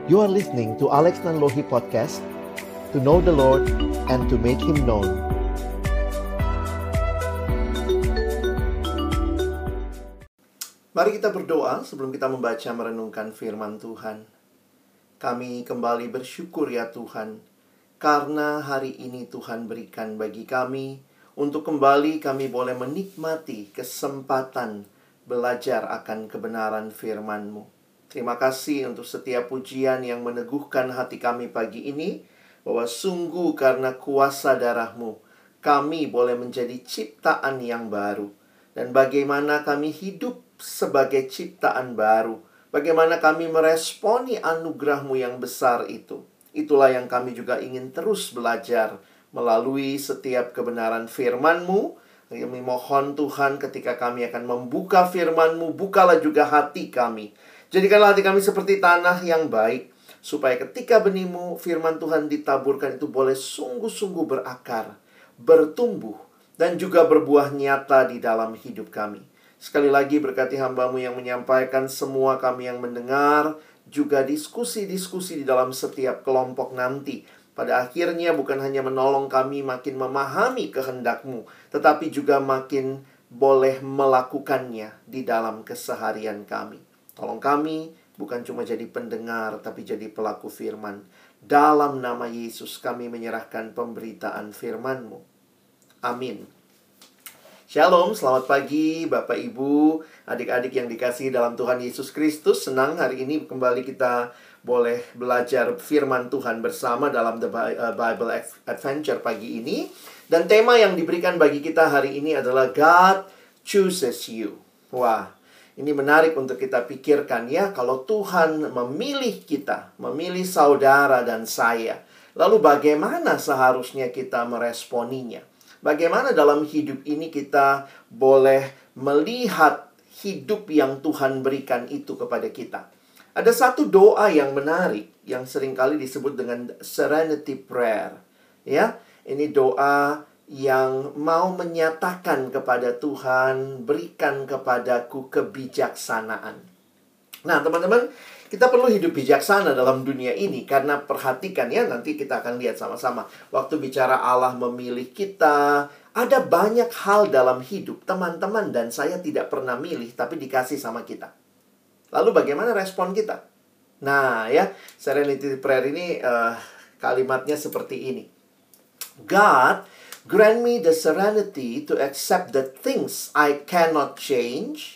You are listening to Alex Nanlohi Podcast, to know the Lord and to make Him known. Mari kita berdoa sebelum kita membaca merenungkan firman Tuhan. Kami kembali bersyukur ya Tuhan, karena hari ini Tuhan berikan bagi kami untuk kembali kami boleh menikmati kesempatan belajar akan kebenaran firman-Mu. Terima kasih untuk setiap pujian yang meneguhkan hati kami pagi ini, bahwa sungguh karena kuasa darah-Mu, kami boleh menjadi ciptaan yang baru. Dan bagaimana kami hidup sebagai ciptaan baru, bagaimana kami meresponi anugerah-Mu yang besar itu. Itulah yang kami juga ingin terus belajar melalui setiap kebenaran firman-Mu. Kami mohon Tuhan, ketika kami akan membuka firman-Mu, bukalah juga hati kami. Jadikanlah hati kami seperti tanah yang baik, supaya ketika benih-Mu, firman Tuhan ditaburkan itu boleh sungguh-sungguh berakar, bertumbuh, dan juga berbuah nyata di dalam hidup kami. Sekali lagi berkati hamba-Mu yang menyampaikan, semua kami yang mendengar, juga diskusi-diskusi di dalam setiap kelompok nanti. Pada akhirnya bukan hanya menolong kami makin memahami kehendak-Mu, tetapi juga makin boleh melakukannya di dalam keseharian kami. Tolong kami bukan cuma jadi pendengar, tapi jadi pelaku firman. Dalam nama Yesus kami menyerahkan pemberitaan firman-Mu. Amin. Shalom, selamat pagi Bapak Ibu, adik-adik yang dikasihi dalam Tuhan Yesus Kristus. Senang hari ini kembali kita boleh belajar firman Tuhan bersama dalam The Bible Adventure pagi ini. Dan tema yang diberikan bagi kita hari ini adalah God chooses you. Wah, ini menarik untuk kita pikirkan ya. Kalau Tuhan memilih kita, memilih saudara dan saya, lalu bagaimana seharusnya kita meresponinya? Bagaimana dalam hidup ini kita boleh melihat hidup yang Tuhan berikan itu kepada kita? Ada satu doa yang menarik yang seringkali disebut dengan serenity prayer. Ya, ini doa yang mau menyatakan kepada Tuhan, berikan kepadaku kebijaksanaan. Nah, teman-teman, kita perlu hidup bijaksana dalam dunia ini, karena perhatikan ya, nanti kita akan lihat sama-sama. Waktu bicara Allah memilih kita, ada banyak hal dalam hidup teman-teman dan saya tidak pernah milih, tapi dikasih sama kita. Lalu bagaimana respon kita? Nah ya, serenity prayer ini kalimatnya seperti ini. God, grant me the serenity to accept the things I cannot change,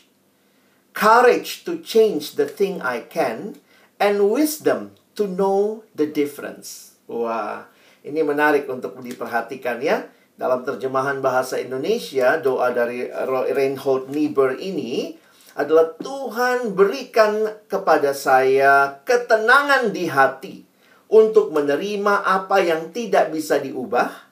courage to change the thing I can, and wisdom to know the difference. Wah, ini menarik untuk diperhatikan ya. Dalam terjemahan bahasa Indonesia, doa dari Reinhold Niebuhr ini adalah, Tuhan berikan kepada saya ketenangan di hati untuk menerima apa yang tidak bisa diubah,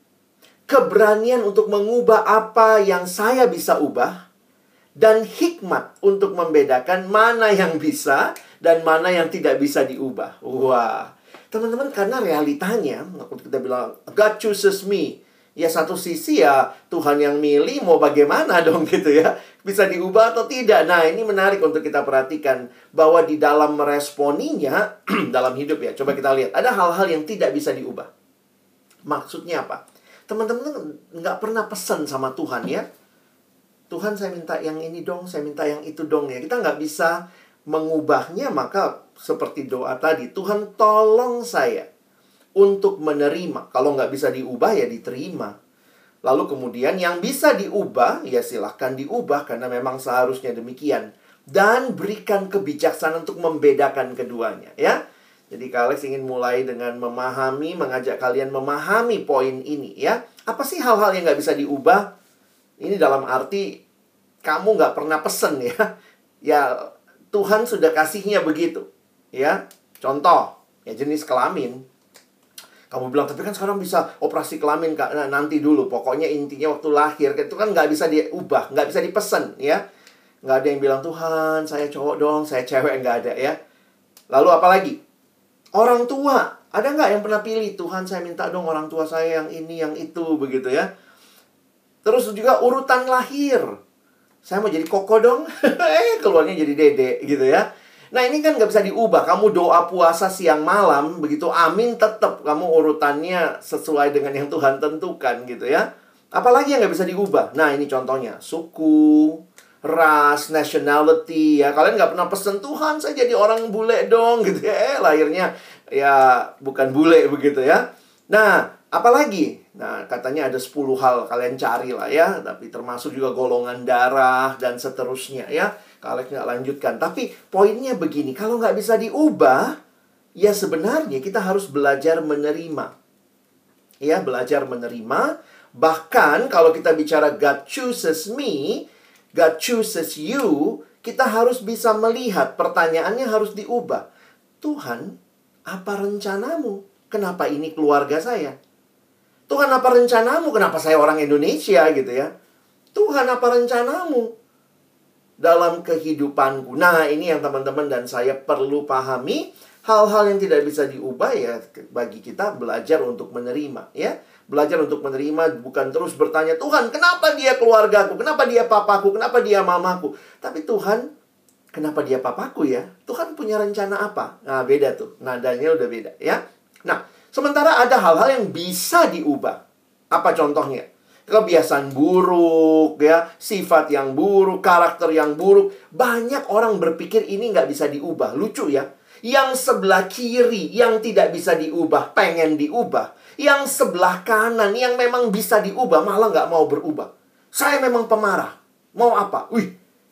keberanian untuk mengubah apa yang saya bisa ubah, dan hikmat untuk membedakan mana yang bisa dan mana yang tidak bisa diubah. Wah, teman-teman, karena realitanya, kita bilang, God chooses me. Ya satu sisi ya Tuhan yang milih, mau bagaimana dong gitu ya. Bisa diubah atau tidak. Nah ini menarik untuk kita perhatikan, bahwa di dalam meresponinya dalam hidup ya, coba kita lihat, ada hal-hal yang tidak bisa diubah. Maksudnya apa? Teman-teman nggak pernah pesan sama Tuhan ya, Tuhan saya minta yang ini dong, saya minta yang itu dong ya. Kita nggak bisa mengubahnya. Maka seperti doa tadi, Tuhan tolong saya untuk menerima. Kalau nggak bisa diubah ya diterima. Lalu kemudian yang bisa diubah ya silahkan diubah, karena memang seharusnya demikian. Dan berikan kebijaksanaan untuk membedakan keduanya ya. Jadi Alex ingin mulai dengan mengajak kalian memahami poin ini ya. Apa sih hal-hal yang nggak bisa diubah? Ini dalam arti kamu nggak pernah pesen ya. Ya Tuhan sudah kasihnya begitu ya. Contoh ya, jenis kelamin. Kamu bilang, tapi kan sekarang bisa operasi kelamin nanti dulu. Pokoknya intinya waktu lahir itu kan nggak bisa diubah, nggak bisa dipesen ya. Nggak ada yang bilang, Tuhan saya cowok dong, saya cewek, nggak ada ya. Lalu apa lagi? Orang tua, ada nggak yang pernah pilih, Tuhan saya minta dong orang tua saya yang ini, yang itu, begitu ya. Terus juga urutan lahir. Saya mau jadi koko dong. Keluarnya jadi dede gitu ya. Nah, ini kan nggak bisa diubah. Kamu doa puasa siang malam, begitu amin tetap kamu urutannya sesuai dengan yang Tuhan tentukan gitu ya. Apalagi yang nggak bisa diubah. Nah, ini contohnya. Suku, ras, nationality ya. Kalian nggak pernah pesen, Tuhan saya jadi orang bule dong gitu ya. Lahirnya ya bukan bule begitu ya. Nah, apalagi? Nah, katanya ada 10 hal kalian cari lah ya. Tapi termasuk juga golongan darah dan seterusnya ya. Alex nggak lanjutkan. Tapi poinnya begini, kalau nggak bisa diubah, ya sebenarnya kita harus belajar menerima. Ya, belajar menerima. Bahkan kalau kita bicara God chooses me, God chooses you, kita harus bisa melihat, pertanyaannya harus diubah. Tuhan, apa rencanamu? Kenapa ini keluarga saya? Tuhan, apa rencanamu? Kenapa saya orang Indonesia gitu ya? Tuhan, apa rencanamu dalam kehidupanku? Nah, ini yang teman-teman dan saya perlu pahami. Hal-hal yang tidak bisa diubah ya, bagi kita belajar untuk menerima ya. Belajar untuk menerima, bukan terus bertanya, Tuhan, kenapa dia keluargaku? Kenapa dia papaku? Kenapa dia mamaku? Tapi Tuhan, kenapa dia papaku ya? Tuhan punya rencana apa? Nah, beda tuh. Nadanya udah beda ya. Nah, sementara ada hal-hal yang bisa diubah. Apa contohnya? Kebiasaan buruk, ya, sifat yang buruk, karakter yang buruk. Banyak orang berpikir ini nggak bisa diubah. Lucu ya. Yang sebelah kiri yang tidak bisa diubah, pengen diubah. Yang sebelah kanan yang memang bisa diubah, malah nggak mau berubah. Saya memang pemarah. Mau apa? Wih,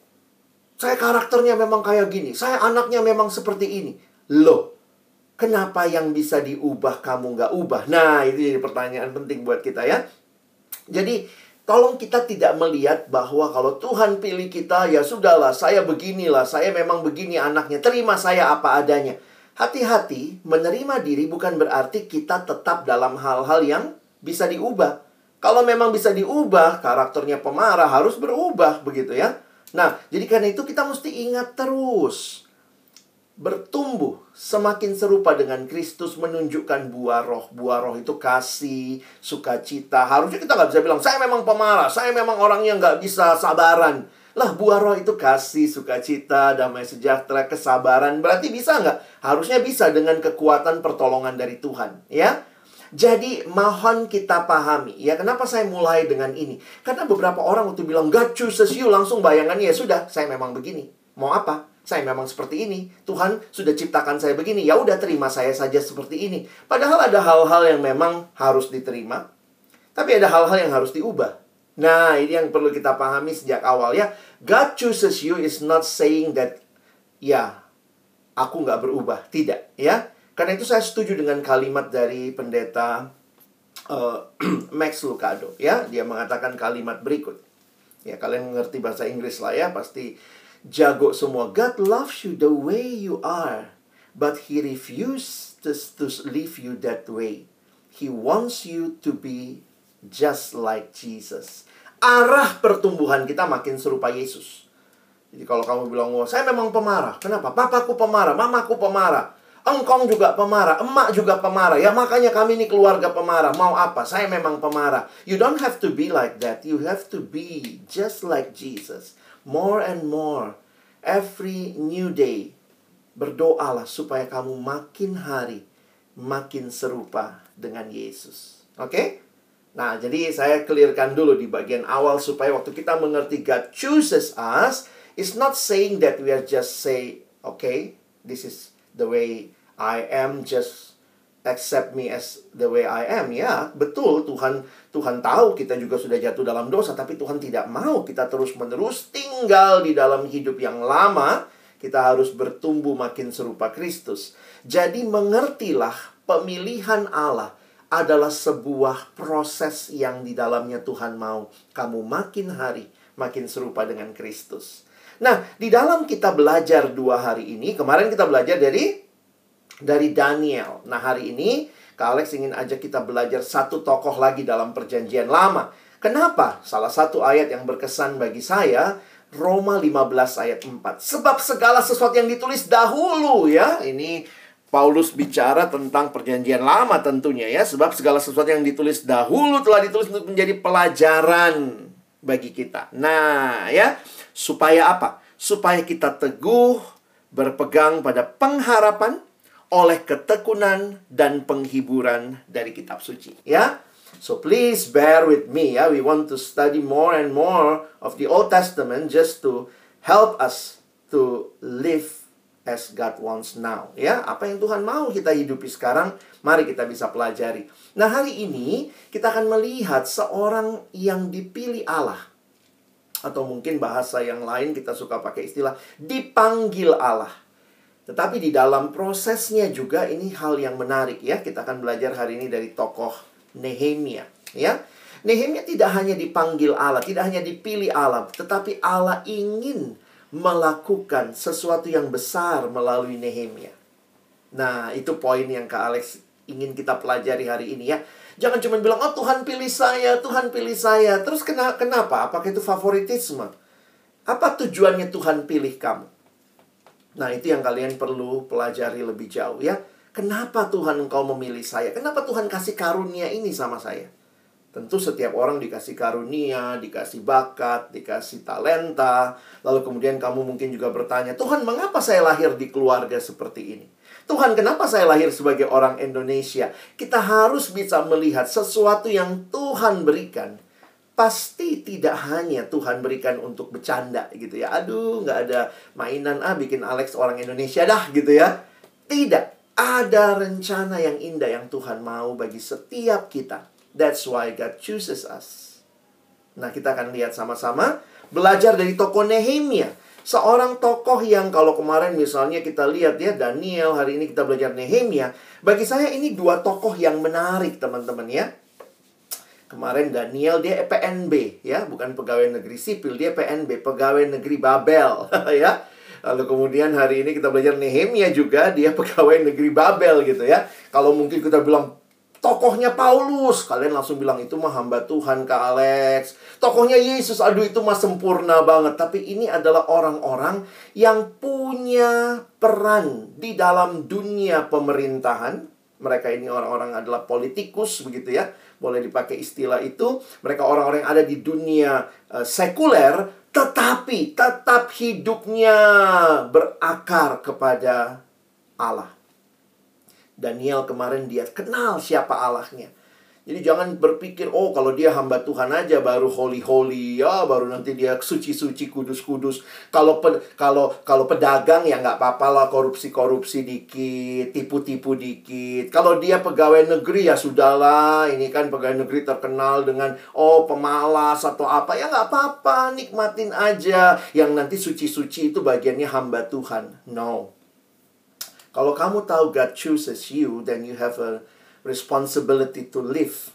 saya karakternya memang kayak gini. Saya anaknya memang seperti ini. Loh, kenapa yang bisa diubah kamu nggak ubah? Nah, itu jadi pertanyaan penting buat kita ya. Jadi, tolong kita tidak melihat bahwa kalau Tuhan pilih kita, ya sudahlah, saya beginilah, saya memang begini anaknya, terima saya apa adanya. Hati-hati, menerima diri bukan berarti kita tetap dalam hal-hal yang bisa diubah. Kalau memang bisa diubah, karakternya pemarah harus berubah, begitu ya. Nah, jadi karena itu kita mesti ingat terus. Bertumbuh semakin serupa dengan Kristus, menunjukkan buah roh. Buah roh itu kasih, sukacita. Harusnya kita nggak bisa bilang, saya memang pemarah, saya memang orang yang nggak bisa sabaran. Lah, buah roh itu kasih, sukacita, damai sejahtera, kesabaran. Berarti bisa nggak? Harusnya bisa dengan kekuatan pertolongan dari Tuhan, ya. Jadi, mohon kita pahami. Ya, kenapa saya mulai dengan ini? Karena beberapa orang waktu bilang, God chooses you, langsung bayangannya, ya sudah, saya memang begini. Mau apa? Saya memang seperti ini. Tuhan sudah ciptakan saya begini. Ya udah, terima saya saja seperti ini. Padahal ada hal-hal yang memang harus diterima. Tapi ada hal-hal yang harus diubah. Nah, ini yang perlu kita pahami sejak awal ya. God chooses you is not saying that, ya, aku nggak berubah. Tidak, ya. Karena itu saya setuju dengan kalimat dari pendeta Max Lucado. Ya, dia mengatakan kalimat berikut. Ya, kalian mengerti bahasa Inggris lah ya, pasti jago semua. God loves you the way you are, but He refuses to leave you that way. He wants you to be just like Jesus. Arah pertumbuhan kita makin serupa Yesus. Jadi kalau kamu bilang, wah, saya memang pemarah. Kenapa? Papaku pemarah, mamaku pemarah, engkong juga pemarah, emak juga pemarah. Ya makanya kami ini keluarga pemarah. Mau apa? Saya memang pemarah. You don't have to be like that. You have to be just like Jesus. More and more. Every new day. Berdoalah supaya kamu makin hari makin serupa dengan Yesus. Oke? Nah, jadi saya clearkan dulu di bagian awal supaya waktu kita mengerti God chooses us, it's not saying that we are just say, okay, this is the way I am, just accept me as the way I am. Ya, betul, Tuhan tahu kita juga sudah jatuh dalam dosa, tapi Tuhan tidak mau kita terus-menerus tinggal di dalam hidup yang lama. Kita harus bertumbuh makin serupa Kristus. Jadi mengertilah, pemilihan Allah adalah sebuah proses yang di dalamnya Tuhan mau kamu makin hari makin serupa dengan Kristus. Nah, di dalam kita belajar 2 hari ini, kemarin kita belajar dari Daniel. Nah, hari ini Kak Alex ingin ajak kita belajar satu tokoh lagi dalam perjanjian lama. Kenapa? Salah satu ayat yang berkesan bagi saya, Roma 15 ayat 4. Sebab segala sesuatu yang ditulis dahulu, ya. Ini Paulus bicara tentang perjanjian lama tentunya ya. Sebab segala sesuatu yang ditulis dahulu telah ditulis untuk menjadi pelajaran bagi kita. Nah, ya. Supaya apa? Supaya kita teguh berpegang pada pengharapan oleh ketekunan dan penghiburan dari kitab suci. Ya, so please bear with me. Ya, we want to study more and more of the Old Testament just to help us to live as God wants now. Ya, apa yang Tuhan mau kita hidupi sekarang, mari kita bisa pelajari. Nah, hari ini kita akan melihat seorang yang dipilih Allah. Atau mungkin bahasa yang lain kita suka pakai istilah dipanggil Allah. Tetapi di dalam prosesnya juga ini hal yang menarik ya. Kita akan belajar hari ini dari tokoh Nehemia. Ya, Nehemia tidak hanya dipanggil Allah, tidak hanya dipilih Allah, tetapi Allah ingin melakukan sesuatu yang besar melalui Nehemia. Nah, itu poin yang Kak Alex ingin kita pelajari hari ini ya. Jangan cuma bilang, oh Tuhan pilih saya, Tuhan pilih saya. Terus kenapa? Apakah itu favoritisme? Apa tujuannya Tuhan pilih kamu? Nah, itu yang kalian perlu pelajari lebih jauh ya. Kenapa Tuhan engkau memilih saya? Kenapa Tuhan kasih karunia ini sama saya? Tentu setiap orang dikasih karunia, dikasih bakat, dikasih talenta. Lalu kemudian kamu mungkin juga bertanya, Tuhan mengapa saya lahir di keluarga seperti ini? Tuhan kenapa saya lahir sebagai orang Indonesia? Kita harus bisa melihat sesuatu yang Tuhan berikan. Pasti tidak hanya Tuhan berikan untuk bercanda gitu ya. Aduh, nggak ada mainan bikin Alex orang Indonesia dah gitu ya. Tidak. Ada rencana yang indah yang Tuhan mau bagi setiap kita. That's why God chooses us. Nah, kita akan lihat sama-sama. Belajar dari tokoh Nehemia. Seorang tokoh yang kalau kemarin misalnya kita lihat ya Daniel, hari ini kita belajar Nehemia. Bagi saya ini dua tokoh yang menarik teman-teman ya. Kemarin Daniel dia PNB ya, bukan pegawai negeri sipil, dia PNB, pegawai negeri Babel ya. Lalu kemudian hari ini kita belajar Nehemia juga, dia pegawai negeri Babel gitu ya. Kalau mungkin kita bilang tokohnya Paulus, kalian langsung bilang itu mah hamba Tuhan Kak Alex. Tokohnya Yesus, aduh itu mah sempurna banget. Tapi ini adalah orang-orang yang punya peran di dalam dunia pemerintahan. Mereka ini orang-orang adalah politikus begitu ya. Boleh dipakai istilah itu. Mereka orang-orang yang ada di dunia sekuler, tetapi tetap hidupnya berakar kepada Allah. Daniel kemarin dia kenal siapa Allahnya. Jadi jangan berpikir, oh kalau dia hamba Tuhan aja baru holy-holy, ya baru nanti dia suci-suci, kudus-kudus. Kalau pedagang ya nggak apa-apa lah, korupsi-korupsi dikit, tipu-tipu dikit. Kalau dia pegawai negeri ya sudahlah, ini kan pegawai negeri terkenal dengan pemalas atau apa, ya nggak apa-apa, nikmatin aja. Yang nanti suci-suci itu bagiannya hamba Tuhan. No. Kalau kamu tahu God chooses you, then you have a responsibility to live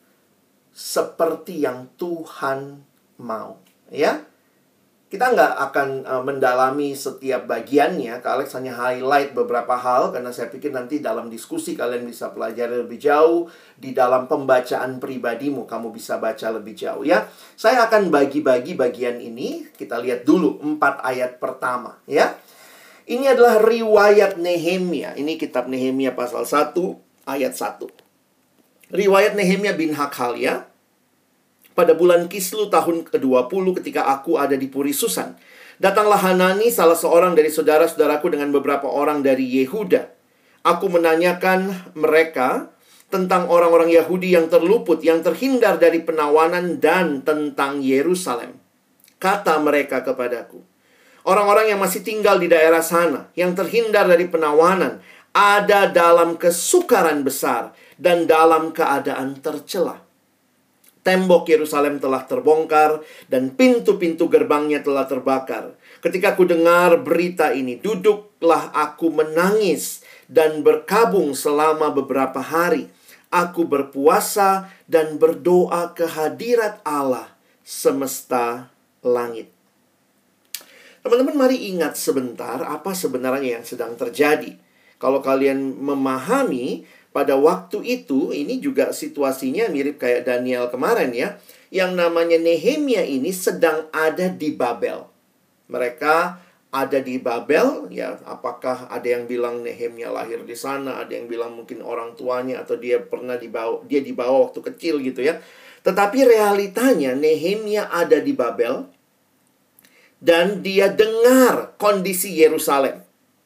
seperti yang Tuhan mau. Ya, kita nggak akan mendalami setiap bagiannya. Kak Alex hanya highlight beberapa hal karena saya pikir nanti dalam diskusi kalian bisa pelajari lebih jauh. Di dalam pembacaan pribadimu kamu bisa baca lebih jauh ya. Saya akan bagi-bagi bagian ini. Kita lihat dulu 4 ayat pertama ya. Ini adalah riwayat Nehemia. Ini kitab Nehemia pasal 1 ayat 1. Riwayat Nehemia bin Hakhalia. Pada bulan Kislu tahun ke-20 ketika aku ada di Puri Susan, datanglah Hanani, salah seorang dari saudara-saudaraku dengan beberapa orang dari Yehuda. Aku menanyakan mereka tentang orang-orang Yahudi yang terluput, yang terhindar dari penawanan, dan tentang Yerusalem. Kata mereka kepadaku, orang-orang yang masih tinggal di daerah sana, yang terhindar dari penawanan, ada dalam kesukaran besar dan dalam keadaan tercela. Tembok Yerusalem telah terbongkar dan pintu-pintu gerbangnya telah terbakar. Ketika aku dengar berita ini, duduklah aku menangis dan berkabung selama beberapa hari. Aku berpuasa dan berdoa ke hadirat Allah semesta langit. Teman-teman, mari ingat sebentar apa sebenarnya yang sedang terjadi. Kalau kalian memahami, pada waktu itu, ini juga situasinya mirip kayak Daniel kemarin ya. Yang namanya Nehemia ini sedang ada di Babel. Mereka ada di Babel, ya. Apakah ada yang bilang Nehemia lahir di sana, ada yang bilang mungkin orang tuanya, atau dia pernah dibawa waktu kecil gitu ya. Tetapi realitanya Nehemia ada di Babel, dan dia dengar kondisi Yerusalem.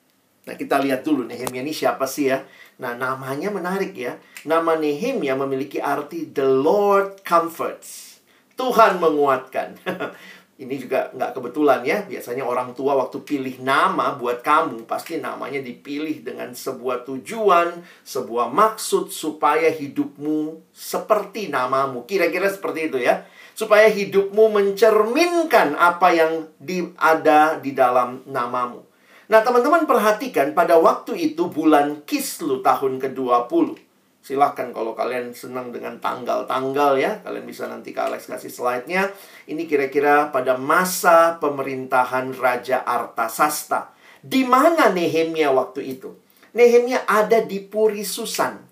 Nah, kita lihat dulu Nehemia ini siapa sih ya. Nah, namanya menarik ya. Nama Nehemia memiliki arti The Lord Comforts. Tuhan menguatkan. Ini juga nggak kebetulan ya. Biasanya orang tua waktu pilih nama buat kamu, pasti namanya dipilih dengan sebuah tujuan, sebuah maksud, supaya hidupmu seperti namamu. Kira-kira seperti itu ya. Supaya hidupmu mencerminkan apa yang ada di dalam namamu. Nah, teman-teman perhatikan pada waktu itu bulan Kislu tahun ke-20. Silahkan kalau kalian senang dengan tanggal-tanggal ya. Kalian bisa nanti ke Alex kasih slide-nya. Ini kira-kira pada masa pemerintahan Raja Artasasta. Di mana Nehemia waktu itu? Nehemia ada di Puri Susan.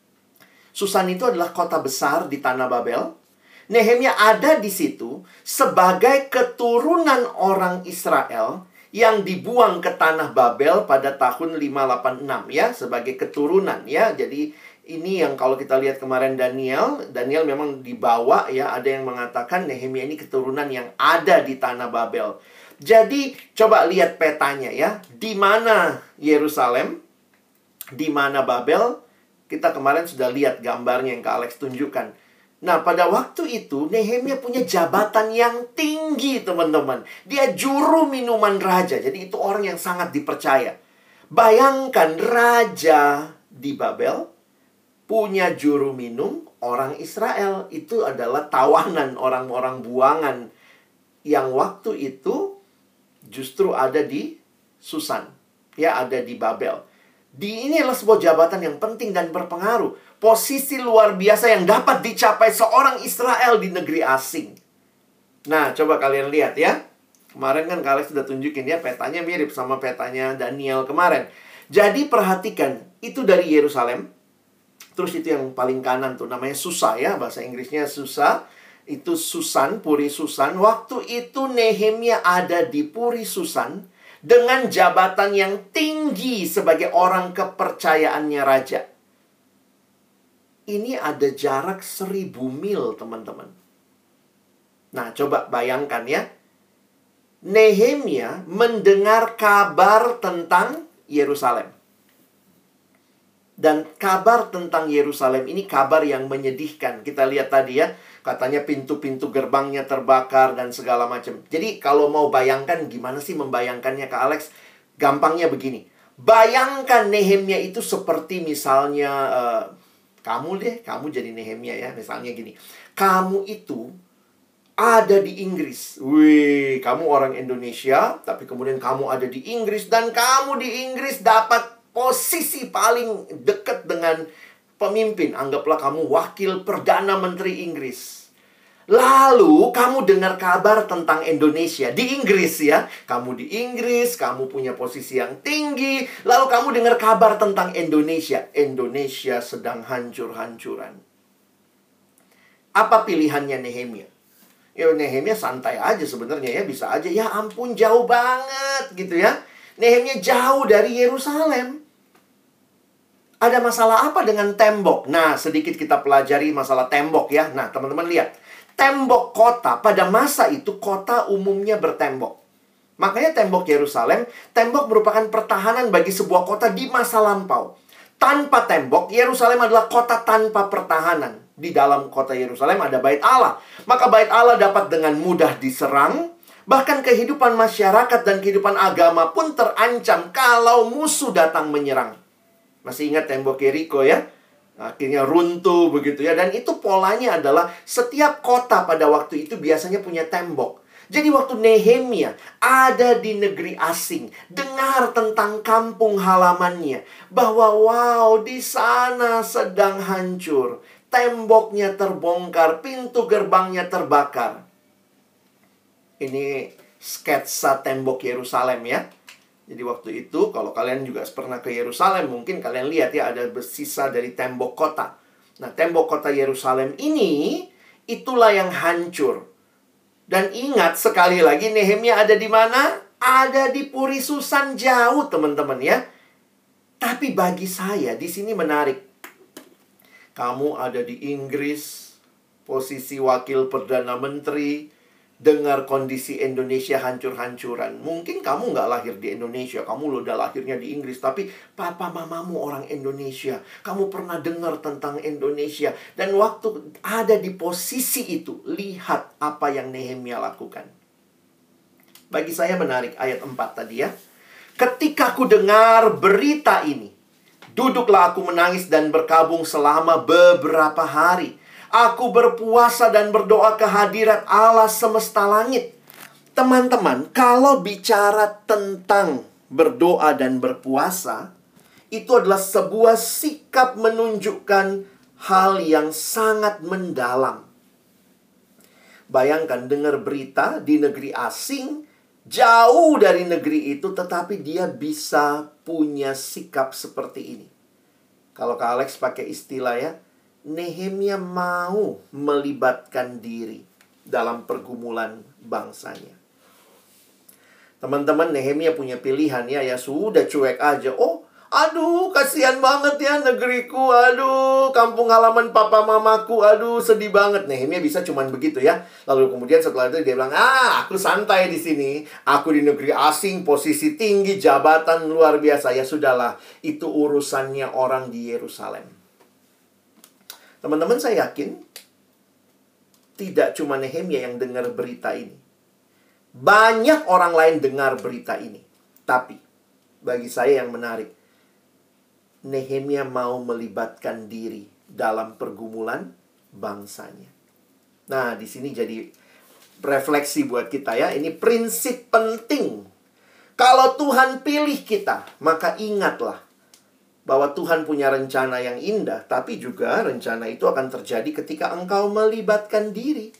Susan itu adalah kota besar di tanah Babel. Nehemia ada di situ sebagai keturunan orang Israel yang dibuang ke tanah Babel pada tahun 586 ya. Sebagai keturunan ya. Jadi ini yang kalau kita lihat kemarin Daniel memang dibawa ya. Ada yang mengatakan Nehemia ini keturunan yang ada di tanah Babel. Jadi coba lihat petanya ya. Di mana Yerusalem? Di mana Babel? Kita kemarin sudah lihat gambarnya yang Kak Alex tunjukkan. Nah, pada waktu itu Nehemia punya jabatan yang tinggi, teman-teman. Dia juru minuman raja. Jadi itu orang yang sangat dipercaya. Bayangkan raja di Babel punya juru minum orang Israel. Itu adalah tawanan, orang-orang buangan yang waktu itu justru ada di Susan. Ya, ada di Babel. Ini adalah sebuah jabatan yang penting dan berpengaruh. Posisi luar biasa yang dapat dicapai seorang Israel di negeri asing. Nah, coba kalian lihat ya. Kemarin kan kalian sudah tunjukin ya, petanya mirip sama petanya Daniel kemarin. Jadi perhatikan, itu dari Yerusalem. Terus itu yang paling kanan tuh namanya Susa ya. Bahasa Inggrisnya Susa. Itu Susan, Puri Susan. Waktu itu Nehemia ada di Puri Susan dengan jabatan yang tinggi sebagai orang kepercayaannya raja. Ini ada jarak 1000 mil, teman-teman. Nah, coba bayangkan ya. Nehemia mendengar kabar tentang Yerusalem. Dan kabar tentang Yerusalem ini kabar yang menyedihkan. Kita lihat tadi ya, katanya pintu-pintu gerbangnya terbakar dan segala macam. Jadi kalau mau bayangkan, gimana sih membayangkannya Kak Alex? Gampangnya begini. Bayangkan Nehemia itu seperti misalnya, kamu jadi Nehemia ya. Misalnya gini, kamu itu ada di Inggris. Wih, kamu orang Indonesia, tapi kemudian kamu ada di Inggris. Dan kamu di Inggris dapat posisi paling dekat dengan pemimpin. Anggaplah kamu wakil Perdana Menteri Inggris. Lalu kamu dengar kabar tentang Indonesia di Inggris ya. Kamu di Inggris, kamu punya posisi yang tinggi. Lalu kamu dengar kabar tentang Indonesia. Indonesia sedang hancur-hancuran. Apa pilihannya Nehemia? Ya Nehemia santai aja sebenarnya ya. Bisa aja, ya ampun jauh banget gitu ya. Nehemia jauh dari Yerusalem. Ada masalah apa dengan tembok? Nah, sedikit kita pelajari masalah tembok ya. Nah, teman-teman lihat. Tembok kota, pada masa itu kota umumnya bertembok. Makanya tembok Yerusalem, tembok merupakan pertahanan bagi sebuah kota di masa lampau. Tanpa tembok, Yerusalem adalah kota tanpa pertahanan. Di dalam kota Yerusalem ada bait Allah. Maka bait Allah dapat dengan mudah diserang. Bahkan kehidupan masyarakat dan kehidupan agama pun terancam kalau musuh datang menyerang. Masih ingat tembok Yeriko ya? Akhirnya runtuh begitu ya. Dan itu polanya adalah setiap kota pada waktu itu biasanya punya tembok. Jadi waktu Nehemia ada di negeri asing, dengar tentang kampung halamannya, bahwa wow, di sana sedang hancur. Temboknya terbongkar, pintu gerbangnya terbakar. Ini sketsa tembok Yerusalem ya. Jadi waktu itu kalau kalian juga pernah ke Yerusalem, mungkin kalian lihat ya ada bersisa dari tembok kota. Nah, tembok kota Yerusalem ini itulah yang hancur. Dan ingat sekali lagi Nehemia ada di mana? Ada di Puri Susan, jauh teman-teman ya. Tapi bagi saya di sini menarik. Kamu ada di Inggris, posisi wakil Perdana Menteri. dengar kondisi Indonesia hancur-hancuran. Mungkin kamu nggak lahir di Indonesia, kamu udah lahirnya di Inggris, tapi papa mamamu orang Indonesia. Kamu pernah dengar tentang Indonesia. Dan waktu ada di posisi itu, lihat apa yang Nehemia lakukan. Bagi saya menarik ayat 4 tadi ya. Ketika ku dengar berita ini, duduklah aku menangis dan berkabung selama beberapa hari. Aku berpuasa dan berdoa ke hadirat Allah semesta langit. Teman-teman, kalau bicara tentang berdoa dan berpuasa, itu adalah sebuah sikap menunjukkan hal yang sangat mendalam. Bayangkan dengar berita di negeri asing, jauh dari negeri itu, tetapi dia bisa punya sikap seperti ini. Kalau Kak Alex pakai istilah ya, Nehemia mau melibatkan diri dalam pergumulan bangsanya. Teman-teman, Nehemia punya pilihan ya sudah cuek aja. Oh, aduh kasihan banget ya negeriku. Aduh, kampung halaman papa mamaku. Aduh, sedih banget. Nehemia bisa cuman begitu ya. Lalu kemudian setelah itu dia bilang, aku santai di sini. Aku di negeri asing, posisi tinggi, jabatan luar biasa. Ya sudahlah, itu urusannya orang di Yerusalem. Teman-teman, saya yakin tidak cuma Nehemia yang dengar berita ini. Banyak orang lain dengar berita ini. Tapi bagi saya yang menarik, Nehemia mau melibatkan diri dalam pergumulan bangsanya. Nah, di sini jadi refleksi buat kita ya. Ini prinsip penting. Kalau Tuhan pilih kita, maka ingatlah bahwa Tuhan punya rencana yang indah, tapi juga rencana itu akan terjadi ketika engkau melibatkan diri.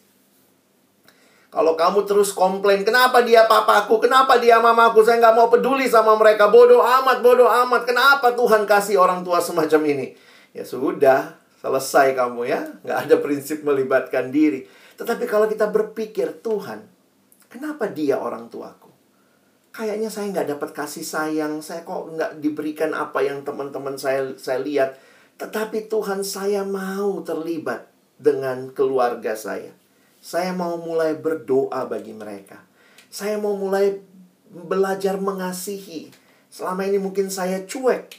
Kalau kamu terus komplain, kenapa dia papaku, kenapa dia mamaku, saya nggak mau peduli sama mereka, bodoh amat, kenapa Tuhan kasih orang tua semacam ini? Ya sudah, selesai kamu ya, nggak ada prinsip melibatkan diri. Tetapi kalau kita berpikir, Tuhan, kenapa dia orang tuaku? Kayaknya saya nggak dapat kasih sayang, saya kok nggak diberikan apa yang teman-teman saya lihat. Tetapi Tuhan, saya mau terlibat dengan keluarga saya. Saya mau mulai berdoa bagi mereka. Saya mau mulai belajar mengasihi. Selama ini mungkin saya cuek.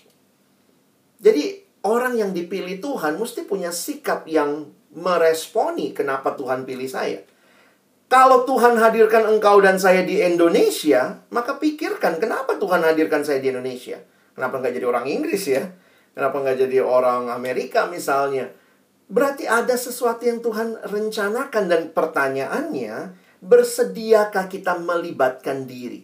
Jadi orang yang dipilih Tuhan mesti punya sikap yang meresponi kenapa Tuhan pilih saya. Kalau Tuhan hadirkan engkau dan saya di Indonesia, maka pikirkan kenapa Tuhan hadirkan saya di Indonesia. Kenapa nggak jadi orang Inggris ya? Kenapa nggak jadi orang Amerika misalnya? Berarti ada sesuatu yang Tuhan rencanakan, dan pertanyaannya, bersediakah kita melibatkan diri?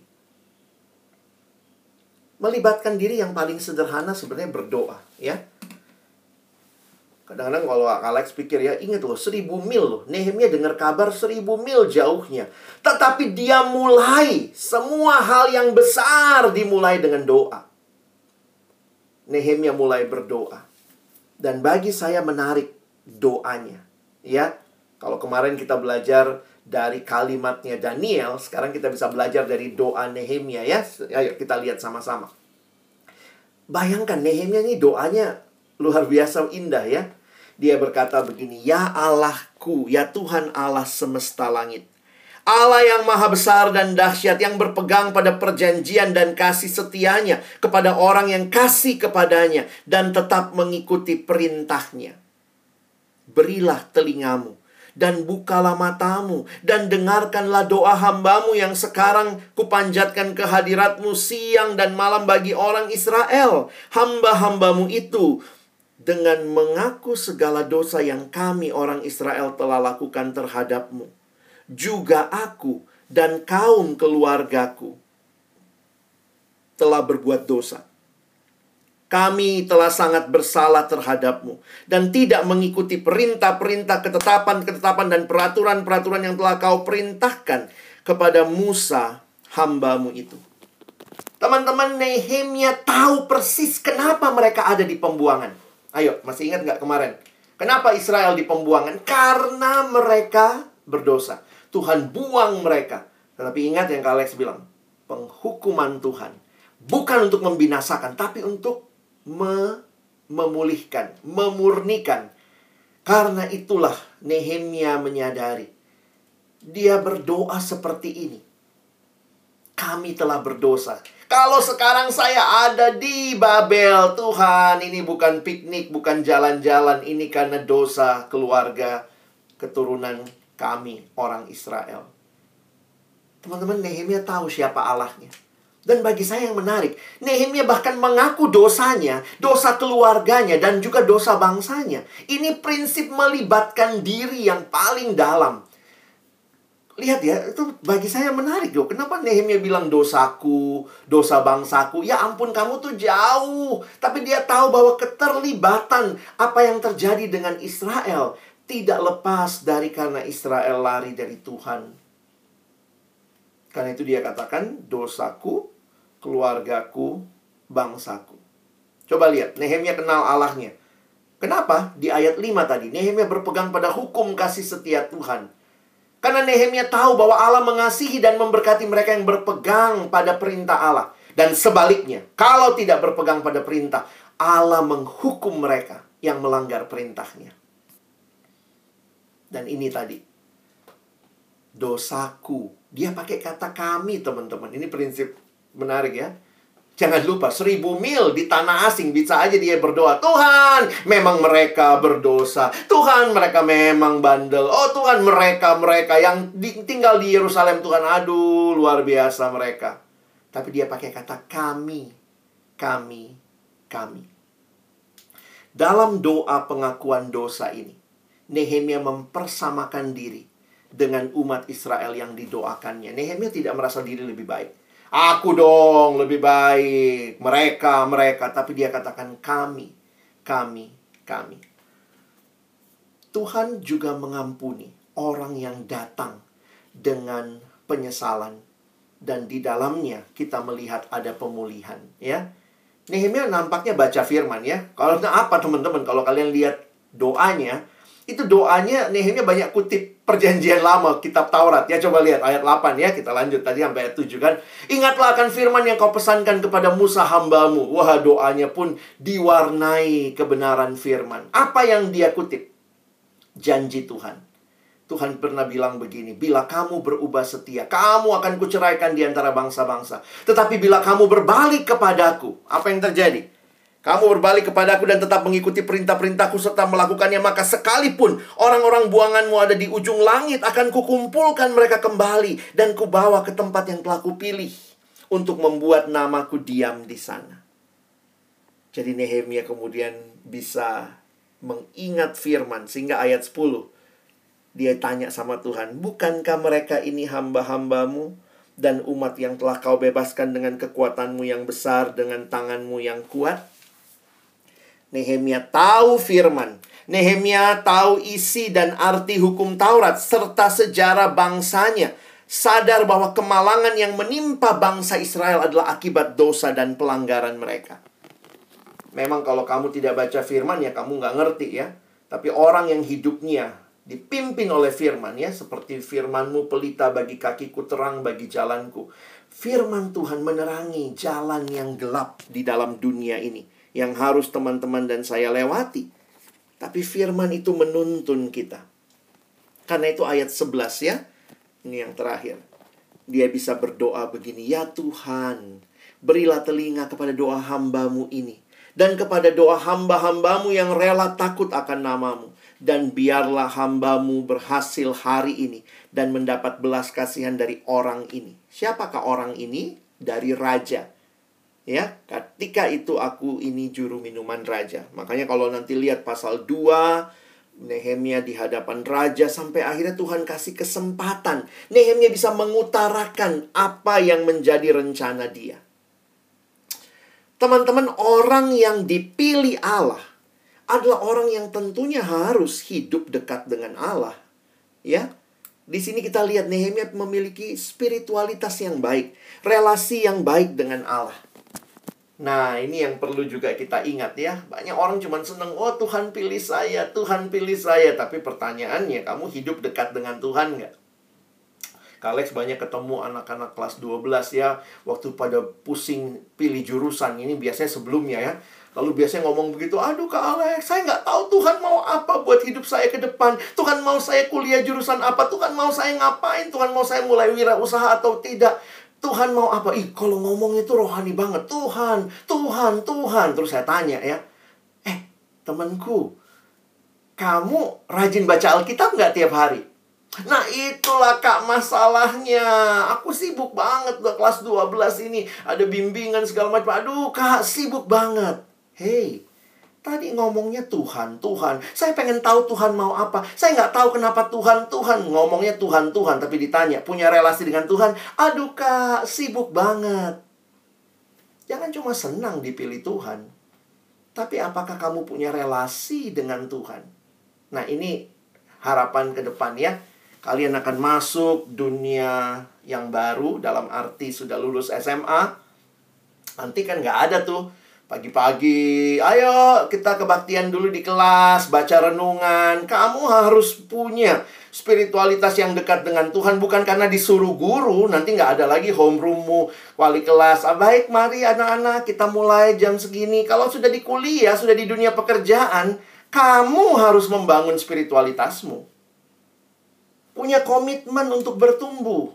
Melibatkan diri yang paling sederhana sebenarnya berdoa ya. Kadang-kadang kalau Alex pikir ya, ingat loh, 1000 mil loh. Nehemia dengar kabar 1000 mil jauhnya. Tetapi dia mulai, semua hal yang besar dimulai dengan doa. Nehemia mulai berdoa. Dan bagi saya menarik doanya. Ya, kalau kemarin kita belajar dari kalimatnya Daniel, sekarang kita bisa belajar dari doa Nehemia ya. Ayo kita lihat sama-sama. Bayangkan Nehemia ini doanya luar biasa indah ya. Dia berkata begini, ya Allahku, ya Tuhan Allah semesta langit, Allah yang maha besar dan dahsyat, yang berpegang pada perjanjian dan kasih setianya kepada orang yang kasih kepadanya dan tetap mengikuti perintahnya. Berilah telingamu dan bukalah matamu dan dengarkanlah doa hambamu yang sekarang kupanjatkan ke hadiratmu siang dan malam bagi orang Israel. Hamba-hambamu itu dengan mengaku segala dosa yang kami orang Israel telah lakukan terhadapmu. Juga aku dan kaum keluargaku telah berbuat dosa. Kami telah sangat bersalah terhadapmu dan tidak mengikuti perintah-perintah, ketetapan-ketetapan dan peraturan-peraturan yang telah kau perintahkan kepada Musa hambamu itu. Teman-teman, Nehemia tahu persis kenapa mereka ada di pembuangan. Ayo, masih ingat nggak kemarin? Kenapa Israel di pembuangan? Karena mereka berdosa. Tuhan buang mereka. Tetapi ingat yang Kak Alex bilang, penghukuman Tuhan bukan untuk membinasakan, tapi untuk memulihkan, memurnikan. Karena itulah Nehemia menyadari Dia berdoa seperti ini. Kami telah berdosa. Kalau sekarang saya ada di Babel, Tuhan, ini bukan piknik, bukan jalan-jalan. Ini karena dosa keluarga keturunan kami, orang Israel. Teman-teman, Nehemia tahu siapa Allahnya. Dan bagi saya yang menarik, Nehemia bahkan mengaku dosanya, dosa keluarganya, dan juga dosa bangsanya. Ini prinsip melibatkan diri yang paling dalam. Lihat ya, itu bagi saya menarik loh. Kenapa Nehemia bilang dosaku, dosa bangsaku? Ya ampun, kamu tuh jauh. Tapi dia tahu bahwa keterlibatan apa yang terjadi dengan Israel tidak lepas dari karena Israel lari dari Tuhan. Karena itu dia katakan, dosaku, keluargaku, bangsaku. Coba lihat, Nehemia kenal Allahnya. Kenapa? Di ayat 5 tadi, Nehemia berpegang pada hukum kasih setia Tuhan. Karena Nehemia tahu bahwa Allah mengasihi dan memberkati mereka yang berpegang pada perintah Allah. Dan sebaliknya, kalau tidak berpegang pada perintah, Allah menghukum mereka yang melanggar perintahnya. Dan ini tadi, dosaku. Dia pakai kata kami, teman-teman. Ini prinsip menarik ya. Jangan lupa, 1000 mil di tanah asing bisa aja dia berdoa. Tuhan, memang mereka berdosa. Tuhan, mereka memang bandel. Oh Tuhan, mereka yang tinggal di Yerusalem. Tuhan, aduh, luar biasa mereka. Tapi dia pakai kata kami. Dalam doa pengakuan dosa ini, Nehemia mempersamakan diri dengan umat Israel yang didoakannya. Nehemia tidak merasa diri lebih baik. Aku dong lebih baik, mereka. Tapi dia katakan kami. Tuhan juga mengampuni orang yang datang dengan penyesalan. Dan di dalamnya kita melihat ada pemulihan, ya. Nehemia nampaknya baca firman, ya. Kalau apa teman-teman, kalau kalian lihat doanya, itu doanya Nehemia banyak kutip perjanjian lama, kitab Taurat. Ya, coba lihat ayat 8 ya. Kita lanjut tadi sampai ayat 7 kan. Ingatlah akan firman yang kau pesankan kepada Musa hambamu. Wah, doanya pun diwarnai kebenaran firman. Apa yang dia kutip? Janji Tuhan. Tuhan pernah bilang begini, bila kamu berubah setia, kamu akan kuceraikan di antara bangsa-bangsa. Tetapi bila kamu berbalik kepadaku, apa yang terjadi? Kamu berbalik kepadaku dan tetap mengikuti perintah-perintahku serta melakukannya, maka sekalipun orang-orang buanganmu ada di ujung langit, akan kukumpulkan mereka kembali dan kubawa ke tempat yang telah kupilih untuk membuat namaku diam di sana. Jadi Nehemia kemudian bisa mengingat firman, sehingga ayat 10 dia tanya sama Tuhan, bukankah mereka ini hamba-hambamu dan umat yang telah kau bebaskan dengan kekuatanmu yang besar, dengan tanganmu yang kuat? Nehemia tahu firman. Nehemia tahu isi dan arti hukum Taurat serta sejarah bangsanya. Sadar bahwa kemalangan yang menimpa bangsa Israel adalah akibat dosa dan pelanggaran mereka. Memang kalau kamu tidak baca firman ya kamu nggak ngerti ya. Tapi orang yang hidupnya dipimpin oleh firman ya, seperti firman-Mu pelita bagi kakiku, terang bagi jalanku. Firman Tuhan menerangi jalan yang gelap di dalam dunia ini yang harus teman-teman dan saya lewati. Tapi firman itu menuntun kita. Karena itu ayat 11 ya. Ini yang terakhir. Dia bisa berdoa begini, ya Tuhan, berilah telinga kepada doa hamba-Mu ini. Dan kepada doa hamba-hamba-Mu yang rela takut akan nama-Mu. Dan biarlah hamba-Mu berhasil hari ini dan mendapat belas kasihan dari orang ini. Siapakah orang ini? Dari raja. Ya, ketika itu aku ini juru minuman raja. Makanya kalau nanti lihat pasal 2, Nehemia di hadapan raja, sampai akhirnya Tuhan kasih kesempatan Nehemia bisa mengutarakan apa yang menjadi rencana dia. Teman-teman, orang yang dipilih Allah adalah orang yang tentunya harus hidup dekat dengan Allah. Ya, di sini kita lihat Nehemia memiliki spiritualitas yang baik, relasi yang baik dengan Allah. Nah, ini yang perlu juga kita ingat ya. Banyak orang cuma senang, oh Tuhan pilih saya, Tuhan pilih saya. Tapi pertanyaannya, kamu hidup dekat dengan Tuhan nggak? Kalex banyak ketemu anak-anak kelas 12 ya. Waktu pada pusing pilih jurusan, ini biasanya sebelumnya ya. Lalu biasanya ngomong begitu, aduh Kak Alex, saya nggak tahu Tuhan mau apa buat hidup saya ke depan. Tuhan mau saya kuliah jurusan apa, Tuhan mau saya ngapain, Tuhan mau saya mulai wirausaha atau tidak. Tuhan mau apa? Ih, kalau ngomongnya itu rohani banget. Tuhan, Tuhan, Tuhan. Terus saya tanya ya, temanku, kamu rajin baca Alkitab nggak tiap hari? Nah itulah Kak masalahnya. Aku sibuk banget udah kelas 12 ini. Ada bimbingan segala macam. Aduh Kak, sibuk banget. Hei, tadi ngomongnya Tuhan, Tuhan. Saya pengen tahu Tuhan mau apa. Saya nggak tahu kenapa Tuhan, Tuhan. Ngomongnya Tuhan, Tuhan. Tapi ditanya, punya relasi dengan Tuhan? Aduh Kak, sibuk banget. Jangan cuma senang dipilih Tuhan. Tapi apakah kamu punya relasi dengan Tuhan? Nah ini harapan ke depan ya. Kalian akan masuk dunia yang baru, dalam arti sudah lulus SMA. Nanti kan nggak ada tuh pagi-pagi, ayo kita kebaktian dulu di kelas, baca renungan. Kamu harus punya spiritualitas yang dekat dengan Tuhan. Bukan karena disuruh guru, nanti nggak ada lagi homeroommu, wali kelas. Baik, mari anak-anak kita mulai jam segini. Kalau sudah di kuliah, sudah di dunia pekerjaan, kamu harus membangun spiritualitasmu. Punya komitmen untuk bertumbuh.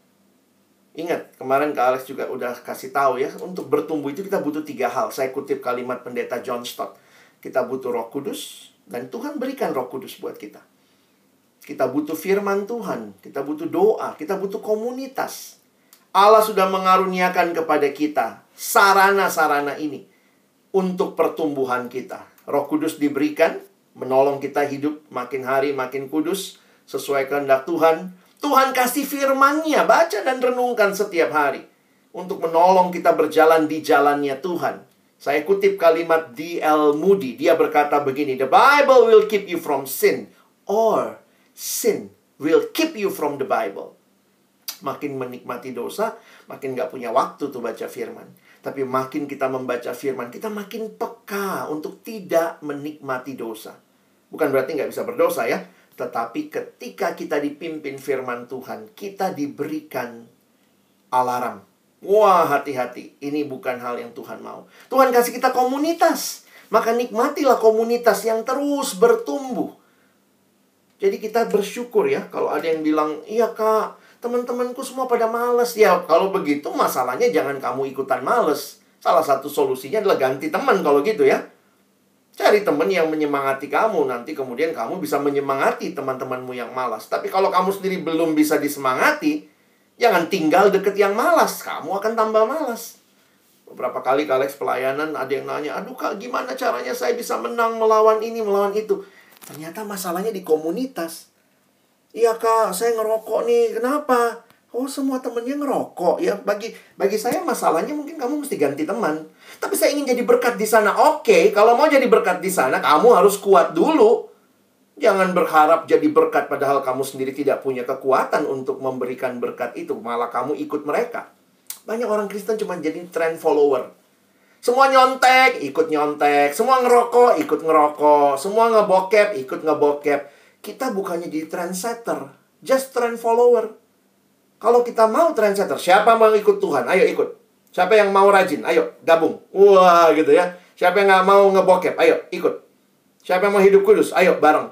Ingat, kemarin Kak Alex juga udah kasih tahu ya, untuk bertumbuh itu kita butuh 3 hal. Saya kutip kalimat pendeta John Stott. Kita butuh Roh Kudus, dan Tuhan berikan Roh Kudus buat kita. Kita butuh firman Tuhan, kita butuh doa, kita butuh komunitas. Allah sudah mengaruniakan kepada kita sarana-sarana ini untuk pertumbuhan kita. Roh Kudus diberikan, menolong kita hidup makin hari makin kudus, sesuai kehendak Tuhan. Tuhan kasih firman-Nya, baca dan renungkan setiap hari untuk menolong kita berjalan di jalannya Tuhan. Saya kutip kalimat D.L. Moody. Dia berkata begini, "The Bible will keep you from sin, or sin will keep you from the Bible." Makin menikmati dosa, makin gak punya waktu tuh baca firman. Tapi makin kita membaca firman, kita makin peka untuk tidak menikmati dosa. Bukan berarti gak bisa berdosa ya. Tetapi ketika kita dipimpin firman Tuhan, kita diberikan alarm. Wah, hati-hati. Ini bukan hal yang Tuhan mau. Tuhan kasih kita komunitas. Maka nikmatilah komunitas yang terus bertumbuh. Jadi kita bersyukur ya. Kalau ada yang bilang, iya Kak, teman-temanku semua pada males. Ya, kalau begitu masalahnya jangan kamu ikutan males. Salah satu solusinya adalah ganti teman kalau gitu ya. Cari teman yang menyemangati kamu. Nanti kemudian kamu bisa menyemangati teman-temanmu yang malas. Tapi kalau kamu sendiri belum bisa disemangati, jangan tinggal deket yang malas. Kamu akan tambah malas. Beberapa kali Kak Alex pelayanan, ada yang nanya, aduh Kak, gimana caranya saya bisa menang melawan ini, melawan itu. Ternyata masalahnya di komunitas. Iya Kak, saya ngerokok nih. Kenapa? Oh, semua temennya ngerokok. Ya, bagi saya masalahnya mungkin kamu mesti ganti teman. Tapi saya ingin jadi berkat di sana. Oke, kalau mau jadi berkat di sana, kamu harus kuat dulu. Jangan berharap jadi berkat padahal kamu sendiri tidak punya kekuatan untuk memberikan berkat itu. Malah kamu ikut mereka. Banyak orang Kristen cuma jadi trend follower. Semua nyontek, ikut nyontek. Semua ngerokok, ikut ngerokok. Semua ngebokep, ikut ngebokep. Kita bukannya jadi trendsetter, just trend follower. Kalau kita mau trendsetter, siapa mau ikut Tuhan? Ayo ikut. Siapa yang mau rajin? Ayo gabung. Wah gitu ya. Siapa yang nggak mau ngebokep? Ayo ikut. Siapa yang mau hidup kudus? Ayo bareng.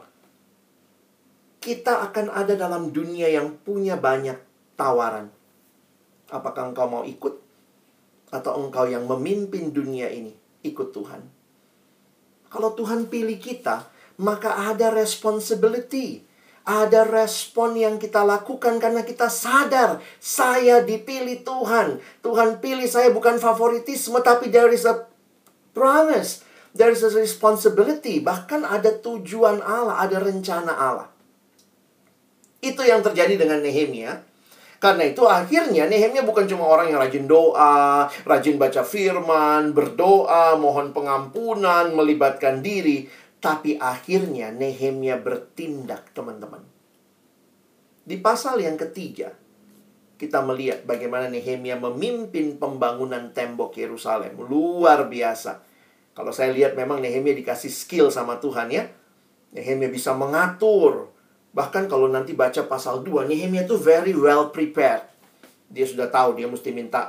Kita akan ada dalam dunia yang punya banyak tawaran. Apakah engkau mau ikut? Atau engkau yang memimpin dunia ini? Ikut Tuhan. Kalau Tuhan pilih kita, maka ada responsibility. Ada respon yang kita lakukan karena kita sadar saya dipilih Tuhan. Tuhan pilih saya bukan favoritisme, tapi there is a promise. There is a responsibility. Bahkan ada tujuan Allah, ada rencana Allah. Itu yang terjadi dengan Nehemia. Karena itu akhirnya Nehemia bukan cuma orang yang rajin doa, rajin baca firman, berdoa, mohon pengampunan, melibatkan diri. Tapi akhirnya Nehemia bertindak, teman-teman. Di pasal yang ketiga, kita melihat bagaimana Nehemia memimpin pembangunan tembok Yerusalem. Luar biasa. Kalau saya lihat memang Nehemia dikasih skill sama Tuhan ya. Nehemia bisa mengatur. Bahkan kalau nanti baca pasal 2, Nehemia tuh very well prepared. Dia sudah tahu dia mesti minta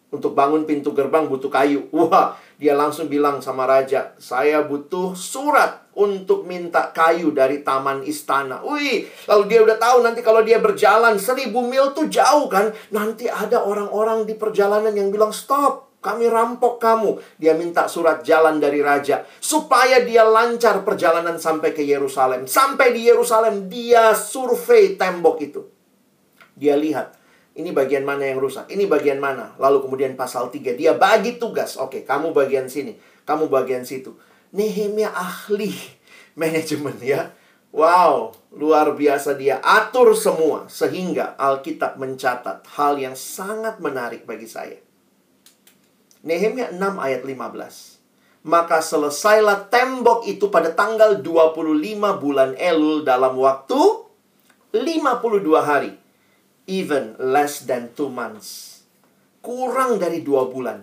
Untuk bangun pintu gerbang butuh kayu. Wah, dia langsung bilang sama raja, saya butuh surat untuk minta kayu dari taman istana. Wih, lalu dia udah tahu nanti kalau dia berjalan 1000 mil tuh jauh kan. Nanti ada orang-orang di perjalanan yang bilang, stop, kami rampok kamu. Dia minta surat jalan dari raja supaya dia lancar perjalanan sampai ke Yerusalem. Sampai di Yerusalem, dia survei tembok itu. Dia lihat, ini bagian mana yang rusak, ini bagian mana. Lalu kemudian pasal 3, dia bagi tugas. Oke, kamu bagian sini, kamu bagian situ. Nehemia ahli manajemen ya. Wow, luar biasa, dia atur semua. Sehingga Alkitab mencatat hal yang sangat menarik bagi saya. Nehemia 6 ayat 15. Maka selesailah tembok itu pada tanggal 25 bulan Elul dalam waktu 52 hari. Even less than 2 months. Kurang dari 2 bulan.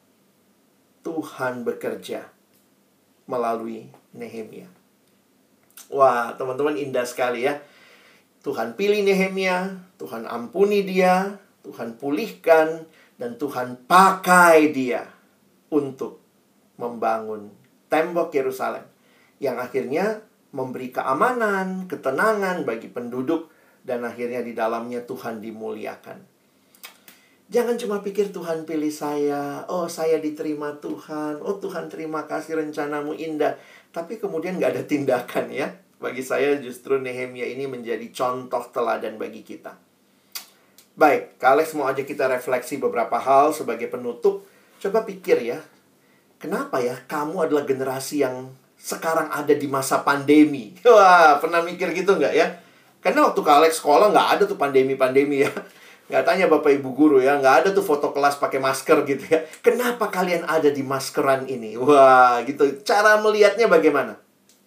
Tuhan bekerja melalui Nehemia. Wah, teman-teman, indah sekali ya. Tuhan pilih Nehemia, Tuhan ampuni dia, Tuhan pulihkan, dan Tuhan pakai dia untuk membangun tembok Yerusalem. Yang akhirnya memberi keamanan, ketenangan bagi penduduk. Dan akhirnya di dalamnya Tuhan dimuliakan. Jangan cuma pikir Tuhan pilih saya. Oh, saya diterima Tuhan. Oh, Tuhan terima kasih, rencanamu indah. Tapi kemudian gak ada tindakan ya. Bagi saya justru Nehemia ini menjadi contoh teladan bagi kita. Baik, Kak Alex mau ajak kita refleksi beberapa hal sebagai penutup. Coba pikir ya. Kenapa ya kamu adalah generasi yang sekarang ada di masa pandemi? Wah, pernah mikir gitu gak ya? Karena waktu Kak Alex sekolah nggak ada tuh pandemi-pandemi ya. Nggak tanya Bapak Ibu Guru ya. Nggak ada tuh foto kelas pakai masker gitu ya. Kenapa kalian ada di maskeran ini? Wah gitu. Cara melihatnya bagaimana?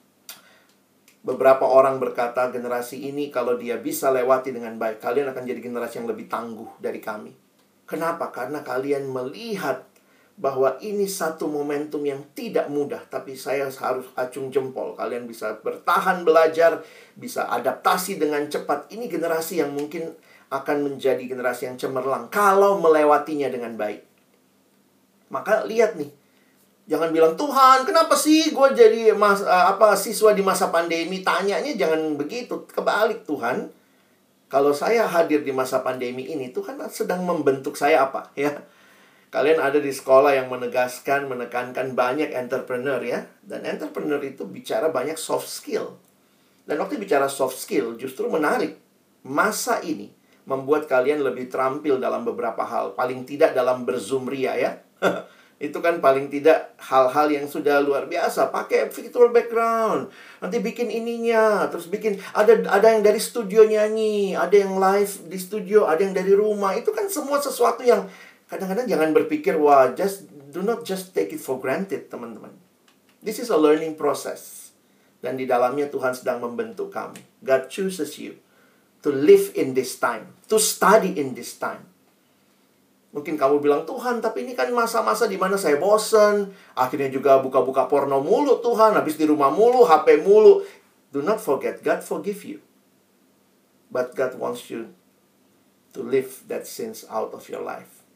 Beberapa orang berkata generasi ini kalau dia bisa lewati dengan baik, kalian akan jadi generasi yang lebih tangguh dari kami. Kenapa? Karena kalian melihat bahwa ini satu momentum yang tidak mudah. Tapi saya harus acung jempol. Kalian bisa bertahan belajar, bisa adaptasi dengan cepat. Ini generasi yang mungkin akan menjadi generasi yang cemerlang kalau melewatinya dengan baik. Maka lihat nih, jangan bilang, Tuhan kenapa sih gue jadi siswa di masa pandemi. Tanyanya jangan begitu. Kebalik, Tuhan, kalau saya hadir di masa pandemi ini, Tuhan sedang membentuk saya apa ya. Kalian ada di sekolah yang menekankan banyak entrepreneur ya. Dan entrepreneur itu bicara banyak soft skill. Dan waktu bicara soft skill justru menarik. Masa ini membuat kalian lebih terampil dalam beberapa hal. Paling tidak dalam berzoom ria ya. Itu kan paling tidak hal-hal yang sudah luar biasa. Pakai virtual background. Nanti bikin ininya. Terus bikin, ada yang dari studio nyanyi. Ada yang live di studio. Ada yang dari rumah. Itu kan semua sesuatu yang kadang-kadang jangan berpikir, wah, do not just take it for granted, teman-teman. This is a learning process. Dan di dalamnya Tuhan sedang membentuk kamu. God chooses you to live in this time, to study in this time. Mungkin kamu bilang, Tuhan, tapi ini kan masa-masa di mana saya bosan. Akhirnya juga buka-buka porno mulu, Tuhan. Habis di rumah mulu, HP mulu. Do not forget, God forgive you. But God wants you to live that sins out of your life.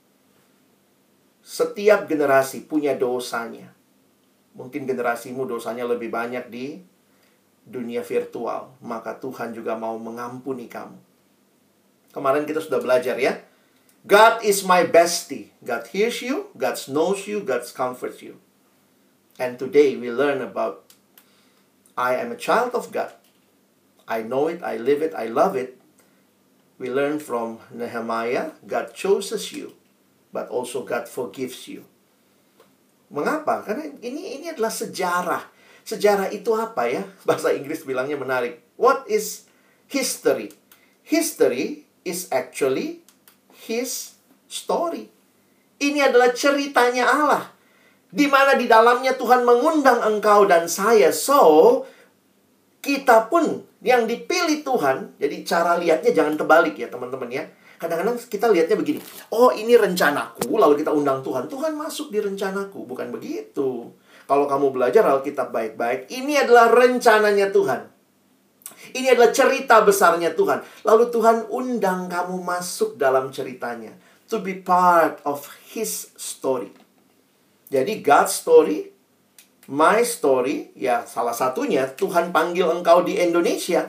Setiap generasi punya dosanya. Mungkin generasimu dosanya lebih banyak di dunia virtual. Maka Tuhan juga mau mengampuni kamu. Kemarin kita sudah belajar ya. God is my bestie. God hears you, God knows you, God comforts you. And today we learn about I am a child of God. I know it, I live it, I love it. We learn from Nehemiah, God chooses you. But also God forgives you. Mengapa? Karena ini adalah sejarah. Sejarah itu apa ya? Bahasa Inggris bilangnya menarik. What is history? History is actually His story. Ini adalah ceritanya Allah. Di mana di dalamnya Tuhan mengundang engkau dan saya. So, kita pun yang dipilih Tuhan. Jadi cara lihatnya jangan terbalik ya teman-teman ya. Kadang-kadang kita lihatnya begini. Oh, ini rencanaku, lalu kita undang Tuhan. Tuhan masuk di rencanaku. Bukan begitu. Kalau kamu belajar Alkitab baik-baik, ini adalah rencananya Tuhan. Ini adalah cerita besarnya Tuhan. Lalu Tuhan undang kamu masuk dalam ceritanya. to be part of His story. Jadi God's story, my story, ya salah satunya Tuhan panggil engkau di Indonesia.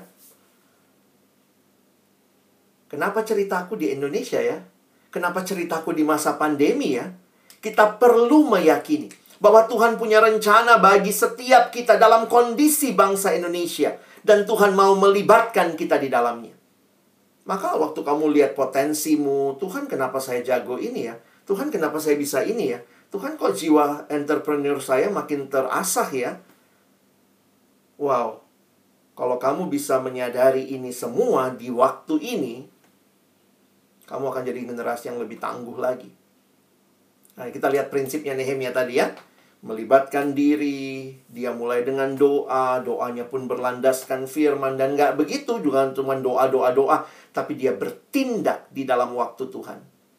Kenapa ceritaku di Indonesia ya? Kenapa ceritaku di masa pandemi ya? Kita perlu meyakini bahwa Tuhan punya rencana bagi setiap kita dalam kondisi bangsa Indonesia. Dan Tuhan mau melibatkan kita di dalamnya. Maka waktu kamu lihat potensimu, Tuhan kenapa saya jago ini ya? Tuhan kenapa saya bisa ini ya? Tuhan kok jiwa entrepreneur saya makin terasah ya? Wow. Kalau kamu bisa menyadari ini semua di waktu ini, kamu akan jadi generasi yang lebih tangguh lagi. Nah, kita lihat prinsipnya Nehemia tadi ya. Melibatkan diri, dia mulai dengan doa, doanya pun berlandaskan firman. Dan gak begitu juga cuma doa, tapi dia bertindak di dalam waktu Tuhan.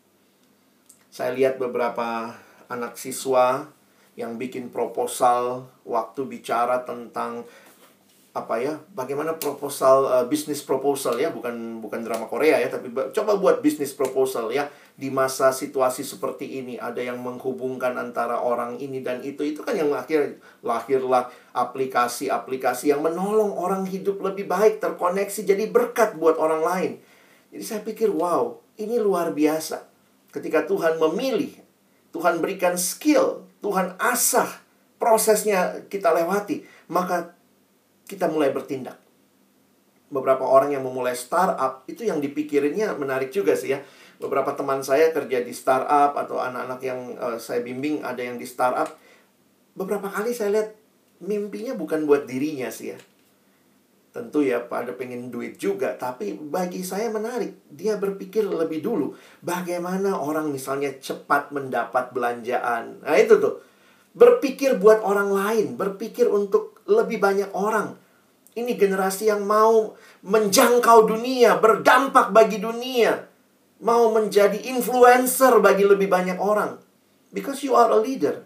Saya lihat beberapa anak siswa yang bikin proposal waktu bicara tentang bagaimana proposal, bisnis proposal ya, bukan drama Korea ya, tapi coba buat bisnis proposal ya. Di masa situasi seperti ini, ada yang menghubungkan antara orang ini dan itu kan yang lahirlah aplikasi-aplikasi yang menolong orang hidup lebih baik, terkoneksi, jadi berkat buat orang lain. Jadi saya pikir, wow, ini luar biasa. Ketika Tuhan memilih, Tuhan berikan skill, Tuhan asah, prosesnya kita lewati, maka kita mulai bertindak. Beberapa orang yang memulai startup, itu yang dipikirinnya menarik juga sih ya. Beberapa teman saya kerja di startup, atau anak-anak yang saya bimbing ada yang di startup. Beberapa kali saya lihat mimpinya bukan buat dirinya sih ya. Tentu ya, pada pengen duit juga. Tapi bagi saya menarik. Dia berpikir lebih dulu. Bagaimana orang misalnya cepat mendapat belanjaan. Nah itu tuh. Berpikir buat orang lain. Berpikir untuk lebih banyak orang. Ini generasi yang mau menjangkau dunia. Berdampak bagi dunia. Mau menjadi influencer bagi lebih banyak orang. Because you are a leader.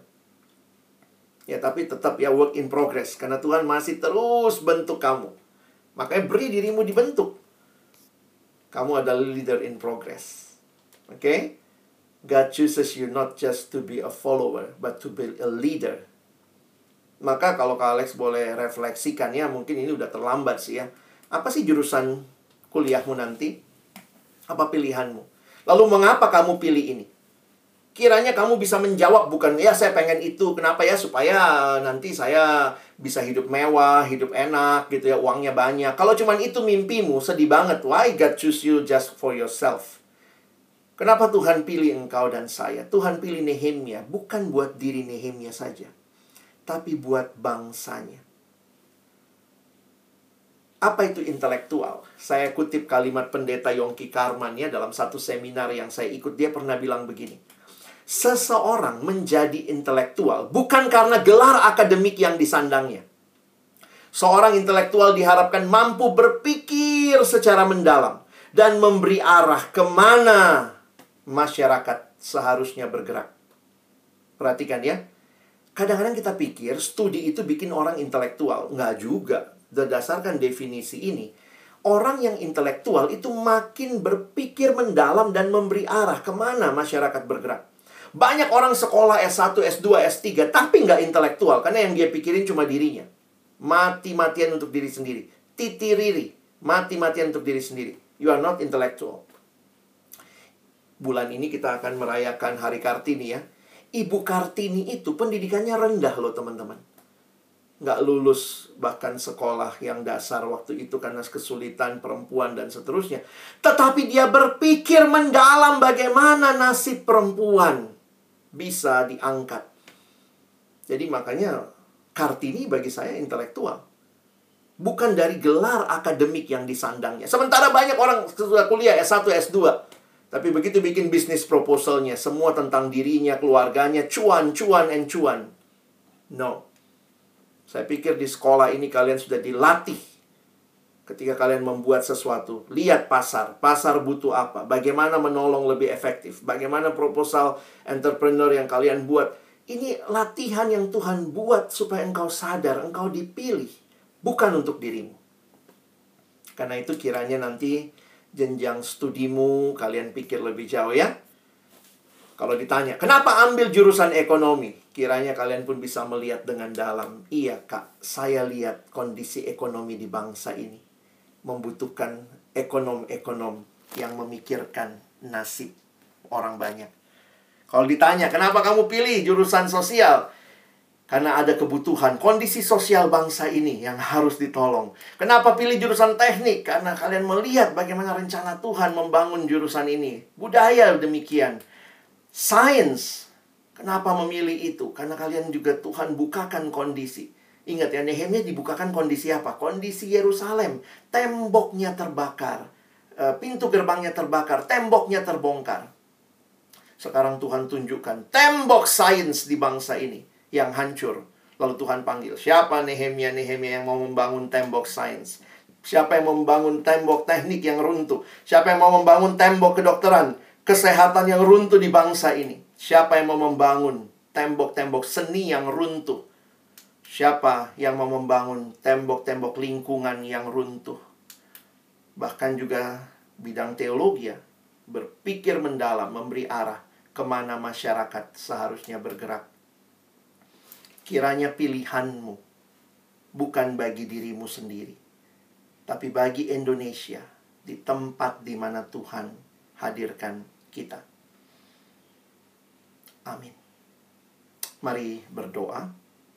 Ya tapi tetap ya work in progress. Karena Tuhan masih terus bentuk kamu. Makanya beri dirimu dibentuk. Kamu adalah leader in progress. Oke? Okay? God chooses you not just to be a follower, but to be a leader. Maka kalau Kak Alex boleh refleksikan ya, mungkin ini udah terlambat sih ya. Apa sih jurusan kuliahmu nanti? Apa pilihanmu? Lalu mengapa kamu pilih ini? Kiranya kamu bisa menjawab, bukan ya saya pengen itu. Kenapa ya? Supaya nanti saya bisa hidup mewah, hidup enak gitu ya, uangnya banyak. Kalau cuman itu mimpimu, sedih banget. Why God choose you just for yourself? Kenapa Tuhan pilih engkau dan saya? Tuhan pilih Nehemia bukan buat diri Nehemia saja, tapi buat bangsanya. Apa itu intelektual? Saya kutip kalimat pendeta Yongki Karman ya, dalam satu seminar yang saya ikut. Dia pernah bilang begini. Seseorang menjadi intelektual bukan karena gelar akademik yang disandangnya. Seorang intelektual diharapkan mampu berpikir secara mendalam dan memberi arah kemana masyarakat seharusnya bergerak. Perhatikan ya. Kadang-kadang kita pikir studi itu bikin orang intelektual. Nggak juga. Berdasarkan definisi ini, orang yang intelektual itu makin berpikir mendalam dan memberi arah kemana masyarakat bergerak. Banyak orang sekolah S1, S2, S3, tapi nggak intelektual. Karena yang dia pikirin cuma dirinya. Mati-matian untuk diri sendiri. Titiriri. Mati-matian untuk diri sendiri. You are not intellectual. Bulan ini kita akan merayakan Hari Kartini ya. Ibu Kartini itu pendidikannya rendah loh teman-teman. Nggak lulus bahkan sekolah yang dasar waktu itu karena kesulitan perempuan dan seterusnya. Tetapi dia berpikir mendalam bagaimana nasib perempuan bisa diangkat. Jadi makanya Kartini bagi saya intelektual. Bukan dari gelar akademik yang disandangnya. Sementara banyak orang sudah kuliah S1, S2. Tapi begitu bikin bisnis proposalnya, semua tentang dirinya, keluarganya, cuan, cuan, and cuan. No. Saya pikir di sekolah ini kalian sudah dilatih. Ketika kalian membuat sesuatu, lihat pasar. Pasar butuh apa? Bagaimana menolong lebih efektif? Bagaimana proposal entrepreneur yang kalian buat? Ini latihan yang Tuhan buat supaya engkau sadar, engkau dipilih. Bukan untuk dirimu. Karena itu kiranya nanti jenjang studimu, kalian pikir lebih jauh ya. Kalau ditanya, kenapa ambil jurusan ekonomi? Kiranya kalian pun bisa melihat dengan dalam. Iya kak, saya lihat kondisi ekonomi di bangsa ini membutuhkan ekonom-ekonom yang memikirkan nasib orang banyak. Kalau ditanya, kenapa kamu pilih jurusan sosial? Karena ada kebutuhan, kondisi sosial bangsa ini yang harus ditolong. Kenapa pilih jurusan teknik? Karena kalian melihat bagaimana rencana Tuhan membangun jurusan ini. Budaya demikian. Sains, kenapa memilih itu? Karena kalian juga Tuhan bukakan kondisi. Ingat ya, Nehemia dibukakan kondisi apa? Kondisi Yerusalem. Temboknya terbakar. Pintu gerbangnya terbakar. Temboknya terbongkar. Sekarang Tuhan tunjukkan tembok sains di bangsa ini yang hancur. Lalu Tuhan panggil, siapa Nehemia yang mau membangun tembok sains? Siapa yang mau membangun tembok teknik yang runtuh? Siapa yang mau membangun tembok kedokteran, kesehatan yang runtuh di bangsa ini? Siapa yang mau membangun tembok-tembok seni yang runtuh? Siapa yang mau membangun tembok-tembok lingkungan yang runtuh? Bahkan juga bidang teologi ya, berpikir mendalam, memberi arah kemana masyarakat seharusnya bergerak. Kiranya pilihanmu bukan bagi dirimu sendiri, tapi bagi Indonesia, di tempat di mana Tuhan hadirkan kita. Amin. Mari berdoa.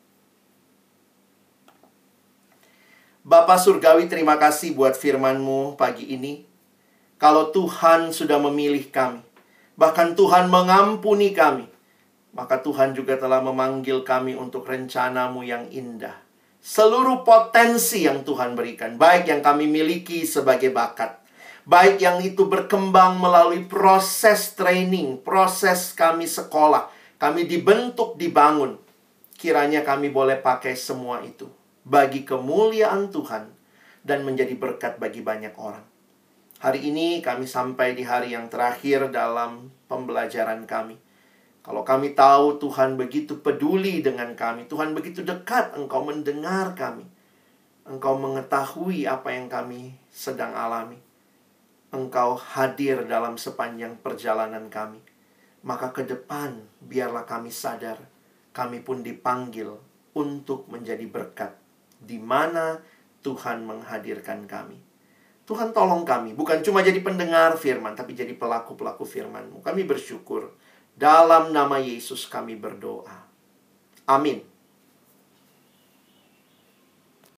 Bapa Surgawi, terima kasih buat firman-Mu pagi ini. Kalau Tuhan sudah memilih kami, bahkan Tuhan mengampuni kami, maka Tuhan juga telah memanggil kami untuk rencana-Mu yang indah. Seluruh potensi yang Tuhan berikan, baik yang kami miliki sebagai bakat, baik yang itu berkembang melalui proses training, proses kami sekolah, kami dibentuk, dibangun. Kiranya kami boleh pakai semua itu bagi kemuliaan Tuhan dan menjadi berkat bagi banyak orang. Hari ini kami sampai di hari yang terakhir dalam pembelajaran kami. Kalau kami tahu Tuhan begitu peduli dengan kami, Tuhan begitu dekat, Engkau mendengar kami, Engkau mengetahui apa yang kami sedang alami, Engkau hadir dalam sepanjang perjalanan kami. Maka ke depan biarlah kami sadar, kami pun dipanggil untuk menjadi berkat di mana Tuhan menghadirkan kami. Tuhan tolong kami, bukan cuma jadi pendengar firman, tapi jadi pelaku-pelaku firman-Mu. Kami bersyukur. Dalam nama Yesus kami berdoa. Amin.